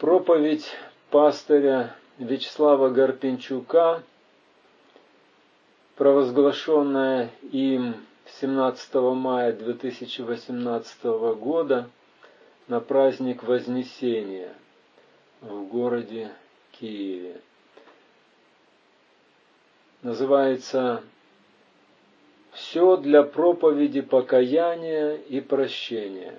Проповедь пастыря Вячеслава Гарпенчука, провозглашенная им 17 мая 2018 года на праздник Вознесения в городе Киеве. Называется «Все для проповеди покаяния и прощения».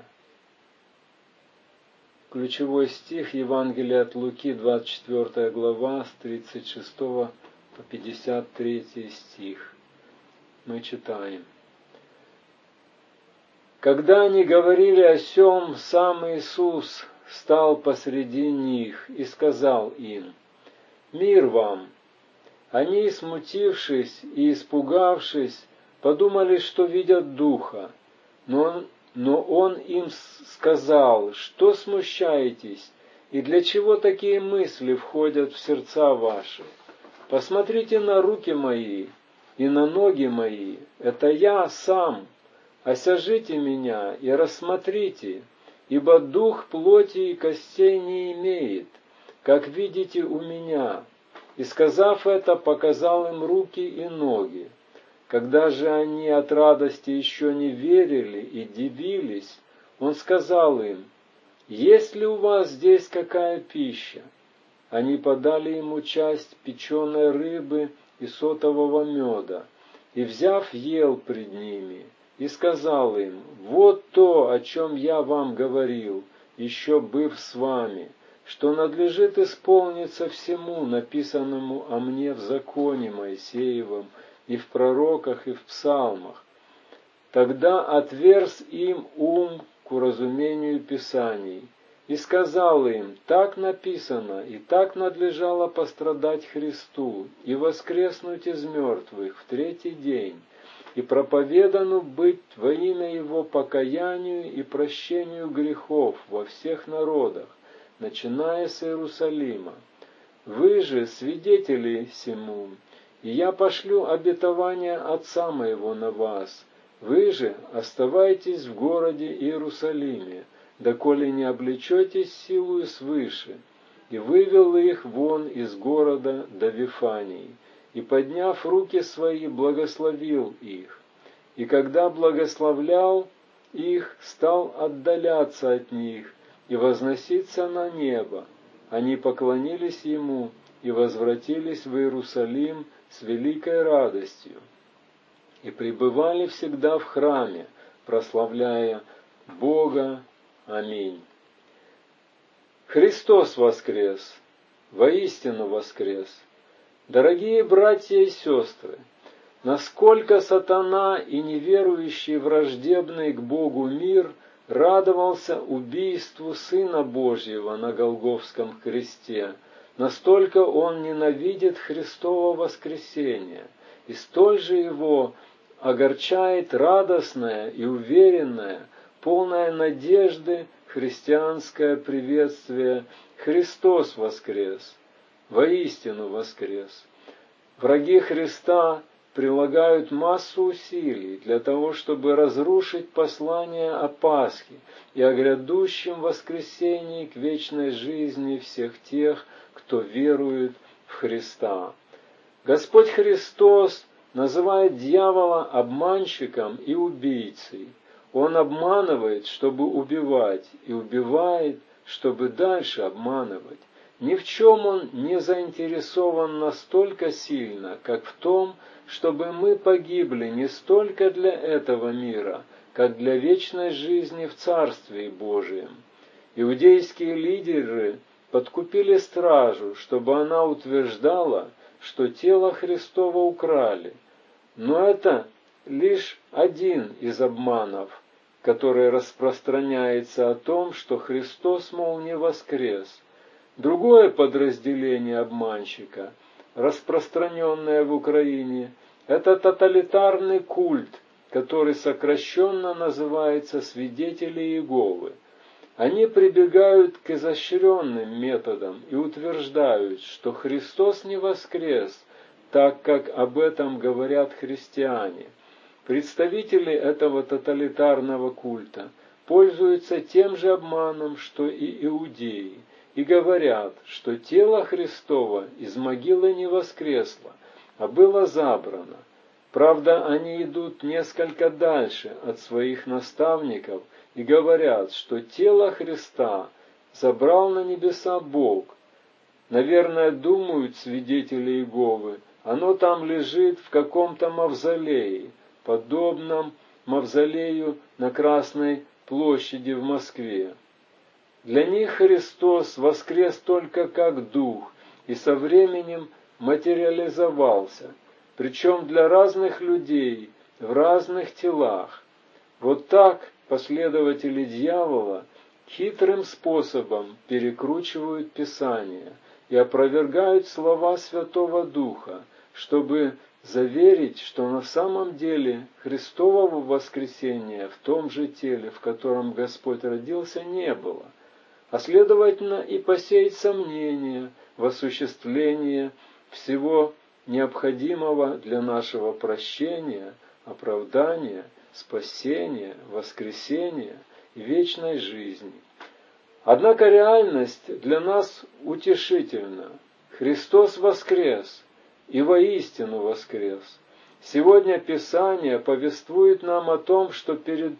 Ключевой стих Евангелия от Луки, 24 глава, с 36 по 53 стих. Мы читаем. Когда они говорили о сем, сам Иисус стал посреди них и сказал им: «Мир вам!» Они, смутившись и испугавшись, подумали, что видят духа, но он им сказал: «Что смущаетесь, и для чего такие мысли входят в сердца ваши? Посмотрите на руки мои и на ноги мои, это я сам, осяжите меня и рассмотрите, ибо дух плоти и костей не имеет, как видите у меня». И, сказав это, показал им руки и ноги. Когда же они от радости еще не верили и дивились, он сказал им: «Есть ли у вас здесь какая пища?» Они подали ему часть печеной рыбы и сотового меда, и, взяв, ел пред ними, и сказал им: «Вот то, о чем я вам говорил, еще быв с вами, что надлежит исполниться всему, написанному о мне в законе Моисеевом, и в пророках, и в псалмах». Тогда отверз им ум к уразумению Писаний, и сказал им: «Так написано, и так надлежало пострадать Христу, и воскреснуть из мертвых в третий день, и проповедану быть во имя Его покаянию и прощению грехов во всех народах, начиная с Иерусалима. Вы же свидетели сему, и я пошлю обетование Отца моего на вас. Вы же оставайтесь в городе Иерусалиме, доколе не облечетесь силою свыше». И вывел их вон из города до Вифании, и, подняв руки свои, благословил их. И когда благословлял их, стал отдаляться от них и возноситься на небо. Они поклонились ему и возвратились в Иерусалим с великой радостью, и пребывали всегда в храме, прославляя Бога. Аминь. Христос воскрес! Воистину воскрес! Дорогие братья и сестры, насколько сатана и неверующий враждебный к Богу мир радовался убийству Сына Божьего на Голгофском кресте, настолько он ненавидит Христово воскресение, и столь же его огорчает радостное и уверенное, полное надежды христианское приветствие: «Христос воскрес! Воистину воскрес!» Враги Христа прилагают массу усилий для того, чтобы разрушить послание о Пасхе и о грядущем воскресении к вечной жизни всех тех, кто верует в Христа. Господь Христос называет дьявола обманщиком и убийцей. Он обманывает, чтобы убивать, и убивает, чтобы дальше обманывать. Ни в чем он не заинтересован настолько сильно, как в том, чтобы мы погибли не столько для этого мира, как для вечной жизни в Царстве Божием. Иудейские лидеры подкупили стражу, чтобы она утверждала, что тело Христово украли. Но это лишь один из обманов, который распространяется о том, что Христос, мол, не воскрес. Другое подразделение обманщика, распространенное в Украине, это тоталитарный культ, который сокращенно называется «Свидетели Иеговы». Они прибегают к изощренным методам и утверждают, что Христос не воскрес, так как об этом говорят христиане. Представители этого тоталитарного культа пользуются тем же обманом, что и иудеи, и говорят, что тело Христово из могилы не воскресло, а было забрано. Правда, они идут несколько дальше от своих наставников и говорят, что тело Христа забрал на небеса Бог. Наверное, думают свидетели Иеговы, оно там лежит в каком-то мавзолее, подобном мавзолею на Красной площади в Москве. Для них Христос воскрес только как Дух и со временем материализовался, причем для разных людей в разных телах. Вот так последователи дьявола хитрым способом перекручивают Писание и опровергают слова Святого Духа, чтобы заверить, что на самом деле Христового воскресения в том же теле, в котором Господь родился, не было, а следовательно и посеять сомнения в осуществлении всего необходимого для нашего прощения, оправдания, спасения, воскресения и вечной жизни. Однако реальность для нас утешительна. Христос воскрес, и воистину воскрес. Сегодня Писание повествует нам о том, что перед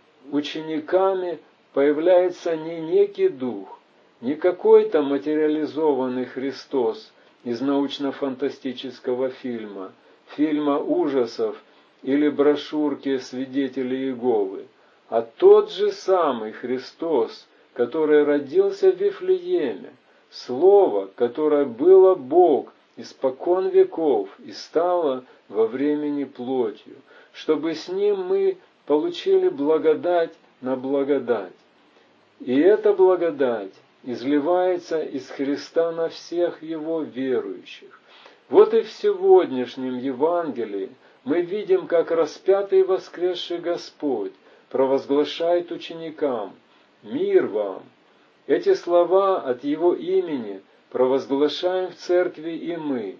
учениками появляется не некий дух, не какой-то материализованный Христос из научно-фантастического фильма ужасов или брошюрки свидетелей Иеговы, а тот же самый Христос, который родился в Вифлееме, Слово, которое было Бог испокон веков и стало во времени плотью, чтобы с Ним мы получили благодать на благодать. И эта благодать изливается из Христа на всех Его верующих. Вот и в сегодняшнем Евангелии мы видим, как распятый и воскресший Господь провозглашает ученикам: «Мир вам!» Эти слова от Его имени провозглашаем в церкви и мы.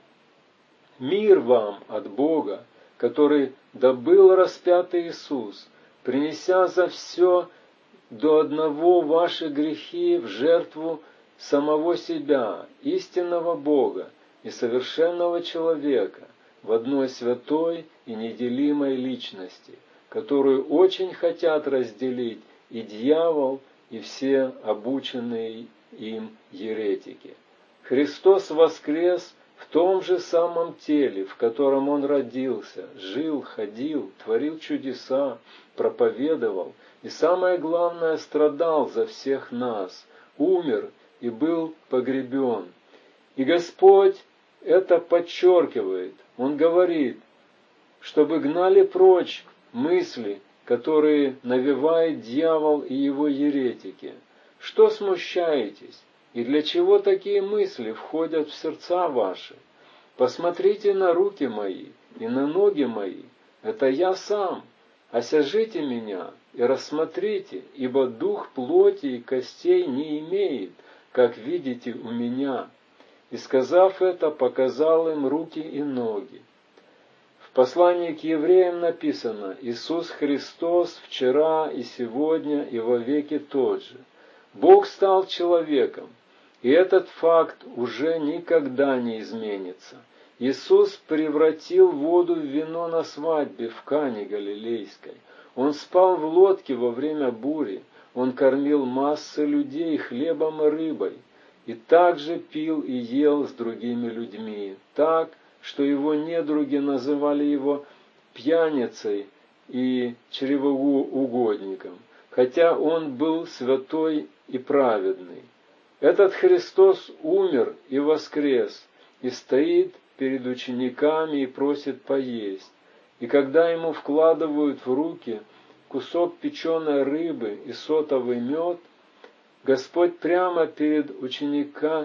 Мир вам от Бога, который добыл распятый Иисус, принеся за все до одного ваши грехи в жертву самого себя, истинного Бога и совершенного человека, в одной святой и неделимой личности, которую очень хотят разделить и дьявол, и все обученные им еретики. Христос воскрес в том же самом теле, в котором Он родился, жил, ходил, творил чудеса, проповедовал и, самое главное, страдал за всех нас, умер и был погребен. И Господь это подчеркивает. Он говорит, чтобы гнали прочь мысли, которые навевает дьявол и его еретики. Что смущаетесь? И для чего такие мысли входят в сердца ваши? Посмотрите на руки мои и на ноги мои. Это я сам. Осяжите меня и рассмотрите, ибо дух плоти и костей не имеет, как видите у меня. И, сказав это, показал им руки и ноги. В послании к евреям написано: «Иисус Христос вчера и сегодня и во веки тот же». Бог стал человеком, и этот факт уже никогда не изменится. Иисус превратил воду в вино на свадьбе в Кане Галилейской. Он спал в лодке во время бури. Он кормил массы людей хлебом и рыбой. И также пил и ел с другими людьми, так, что его недруги называли его пьяницей и чревоугодником, хотя он был святой и праведный. Этот Христос умер и воскрес, и стоит перед учениками и просит поесть. И когда ему вкладывают в руки кусок печеной рыбы и сотовый мед, Господь прямо перед учениками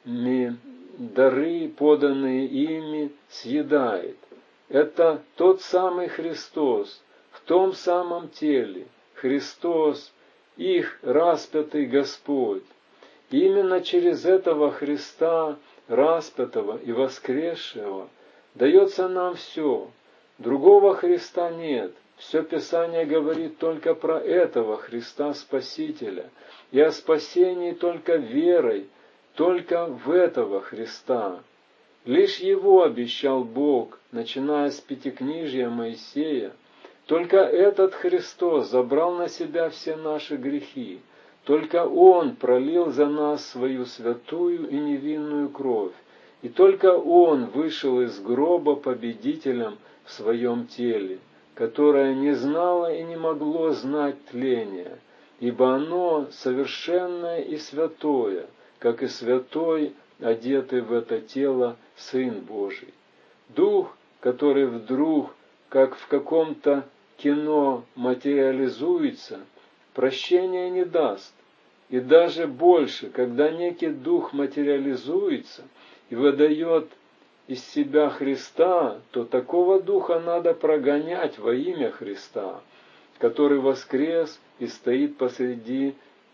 дары, поданные ими, съедает. Это тот самый Христос, в том самом теле, Христос, их распятый Господь. И именно через этого Христа, распятого и воскресшего, дается нам все. Другого Христа нет. Все Писание говорит только про этого Христа Спасителя, и о спасении только верой только в этого Христа. Лишь Его обещал Бог, начиная с Пятикнижия Моисея. Только этот Христос забрал на себя все наши грехи. Только Он пролил за нас свою святую и невинную кровь. И только Он вышел из гроба победителем в своем теле, которое не знало и не могло знать тления, ибо оно совершенное и святое, как и святой, одетый в это тело Сын Божий. Дух, который вдруг, как в каком-то кино, материализуется, прощения не даст. И даже больше, когда некий дух материализуется и выдает из себя Христа, то такого духа надо прогонять во имя Христа, который воскрес и стоит посреди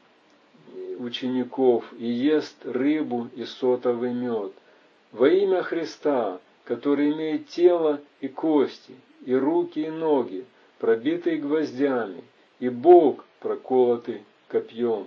учеников и ест рыбу и сотовый мед. Во имя Христа, который имеет тело и кости, и руки и ноги, пробитые гвоздями, и бок, проколотый копьем.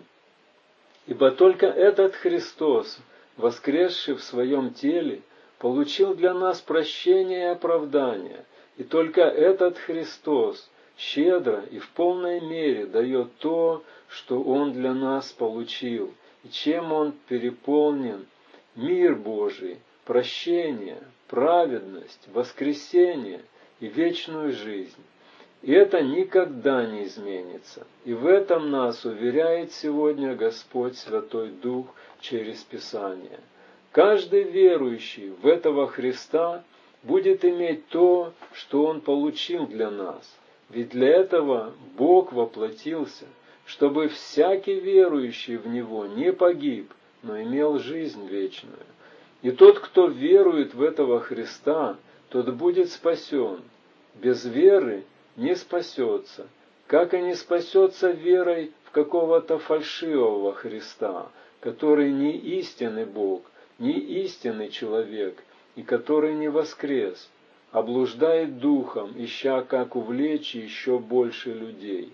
Ибо только этот Христос, воскресший в своем теле, получил для нас прощение и оправдание, и только этот Христос щедро и в полной мере дает то, что Он для нас получил, и чем Он переполнен: мир Божий, прощение, праведность, воскресение и вечную жизнь. И это никогда не изменится. И в этом нас уверяет сегодня Господь Святой Дух через Писание. Каждый верующий в этого Христа будет иметь то, что Он получил для нас. Ведь для этого Бог воплотился, чтобы всякий верующий в Него не погиб, но имел жизнь вечную. И тот, кто верует в этого Христа, тот будет спасен. Без веры не спасется, как и не спасется верой в какого-то фальшивого Христа, который не истинный Бог, не истинный человек, и который не воскрес, а блуждает духом, ища, как увлечь еще больше людей.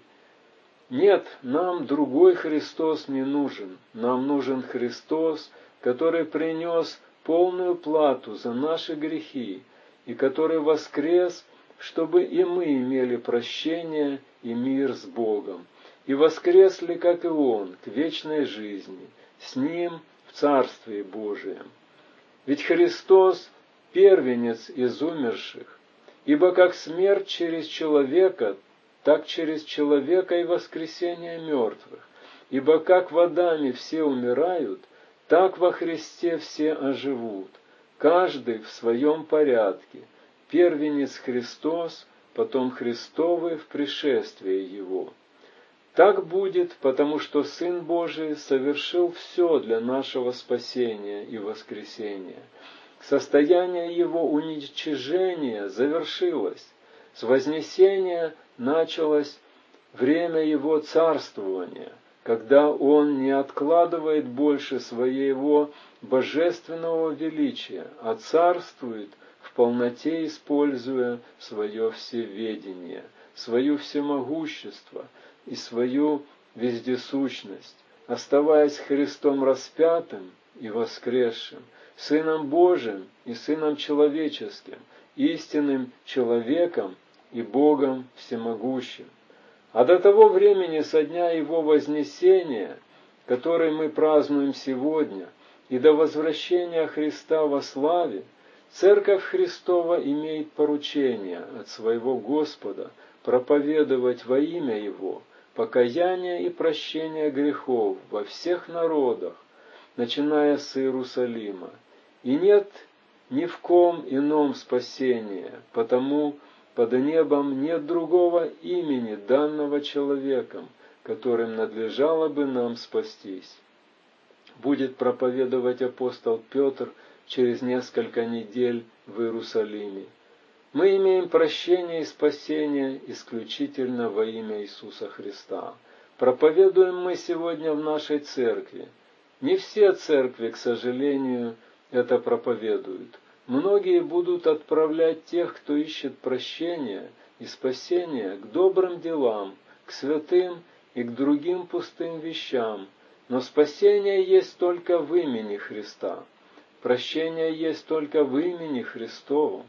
Нет, нам другой Христос не нужен. Нам нужен Христос, который принес полную плату за наши грехи, и который воскрес, чтобы и мы имели прощение и мир с Богом, и воскресли, как и Он, к вечной жизни, с Ним в Царствии Божием. Ведь Христос – первенец из умерших, ибо как смерть через человека, так через человека и воскресение мертвых, ибо как в Адаме все умирают, так во Христе все оживут, каждый в своем порядке. Первенец Христос, потом Христовы в пришествии Его. Так будет, потому что Сын Божий совершил все для нашего спасения и воскресения. Состояние Его уничижения завершилось. С вознесения началось время Его царствования, когда Он не откладывает больше своего божественного величия, а царствует в полноте, используя свое всеведение, свое всемогущество и свою вездесущность, оставаясь Христом распятым и воскресшим, Сыном Божиим и Сыном человеческим, истинным человеком и Богом всемогущим. А до того времени, со дня Его вознесения, который мы празднуем сегодня, и до возвращения Христа во славе, Церковь Христова имеет поручение от своего Господа проповедовать во имя Его покаяние и прощение грехов во всех народах, начиная с Иерусалима. И нет ни в ком ином спасения, потому под небом нет другого имени, данного человеком, которым надлежало бы нам спастись. Будет проповедовать апостол Петр через несколько недель в Иерусалиме. Мы имеем прощение и спасение исключительно во имя Иисуса Христа. Проповедуем мы сегодня в нашей церкви. Не все церкви, к сожалению, это проповедуют. Многие будут отправлять тех, кто ищет прощения и спасения, к добрым делам, к святым и к другим пустым вещам, Но спасение есть только в имени Христа. Прощение есть только в имени Христовом.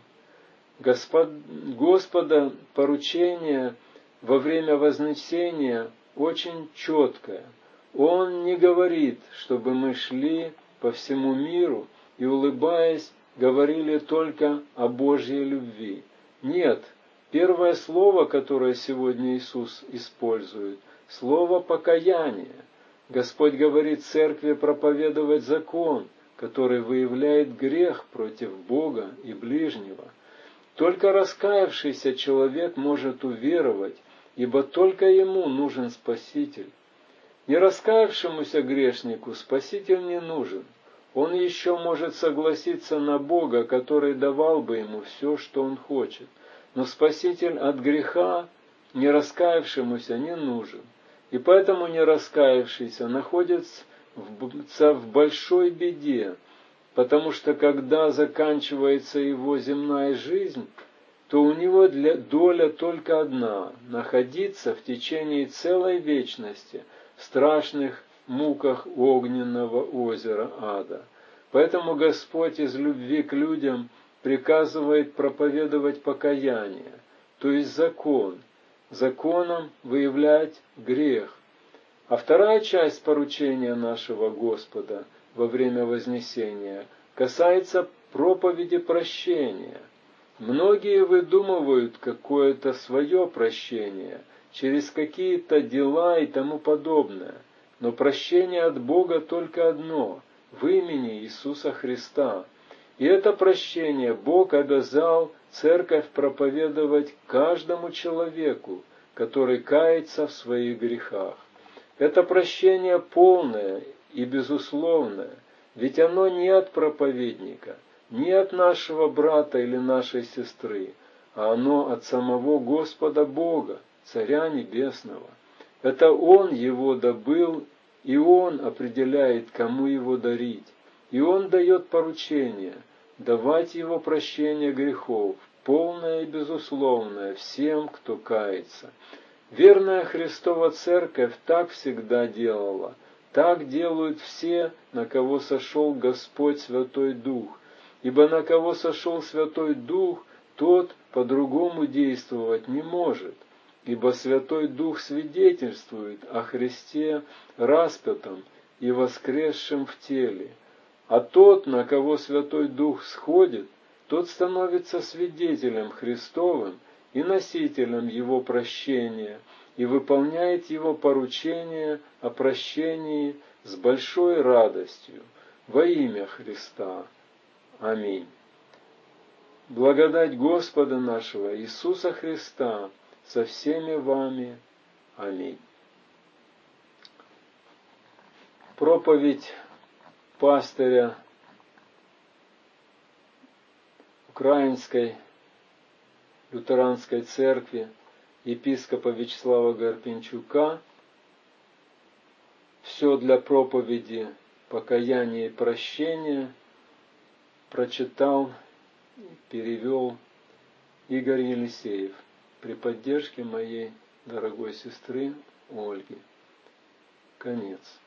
Господа поручение во время вознесения очень четкое. Он не говорит, чтобы мы шли по всему миру и, улыбаясь, говорили только о Божьей любви. Нет, первое слово, которое сегодня Иисус использует, слово покаяние. Господь говорит церкви проповедовать закон, который выявляет грех против Бога и ближнего. Только раскаявшийся человек может уверовать, ибо только ему нужен Спаситель. Не раскаявшемуся грешнику Спаситель не нужен. Он еще может согласиться на Бога, который давал бы ему все, что он хочет. Но Спаситель от греха не раскаявшемуся не нужен. И поэтому не раскаявшийся находится в большой беде, потому что когда заканчивается его земная жизнь, то у него доля только одна – находиться в течение целой вечности в страшных муках огненного озера ада. Поэтому Господь из любви к людям приказывает проповедовать покаяние, то есть закон, законом выявлять грех. А вторая часть поручения нашего Господа во время Вознесения касается проповеди прощения. Многие выдумывают какое-то свое прощение через какие-то дела и тому подобное, но прощение от Бога только одно – в имени Иисуса Христа. И это прощение Бог обязал Церковь проповедовать каждому человеку, который кается в своих грехах. Это прощение полное и безусловное, ведь оно не от проповедника, не от нашего брата или нашей сестры, а оно от самого Господа Бога, Царя Небесного. Это Он его добыл, и Он определяет, кому его дарить. И Он дает поручение давать его прощение грехов, полное и безусловное всем, кто кается. Верная Христова Церковь так всегда делала, так делают все, на кого сошел Господь Святой Дух. Ибо на кого сошел Святой Дух, тот по-другому действовать не может. Ибо Святой Дух свидетельствует о Христе распятом и воскресшем в теле. А тот, на кого Святой Дух сходит, тот становится свидетелем Христовым и носителем Его прощения, и выполняет Его поручение о прощении с большой радостью во имя Христа. Аминь. Благодать Господа нашего Иисуса Христа со всеми вами. Аминь. Проповедь пастыря Украинской лютеранской церкви епископа Вячеслава Гарпенчука. Все для проповеди покаяния и прощения прочитал, перевел Игорь Елисеев при поддержке моей дорогой сестры Ольги. Конец.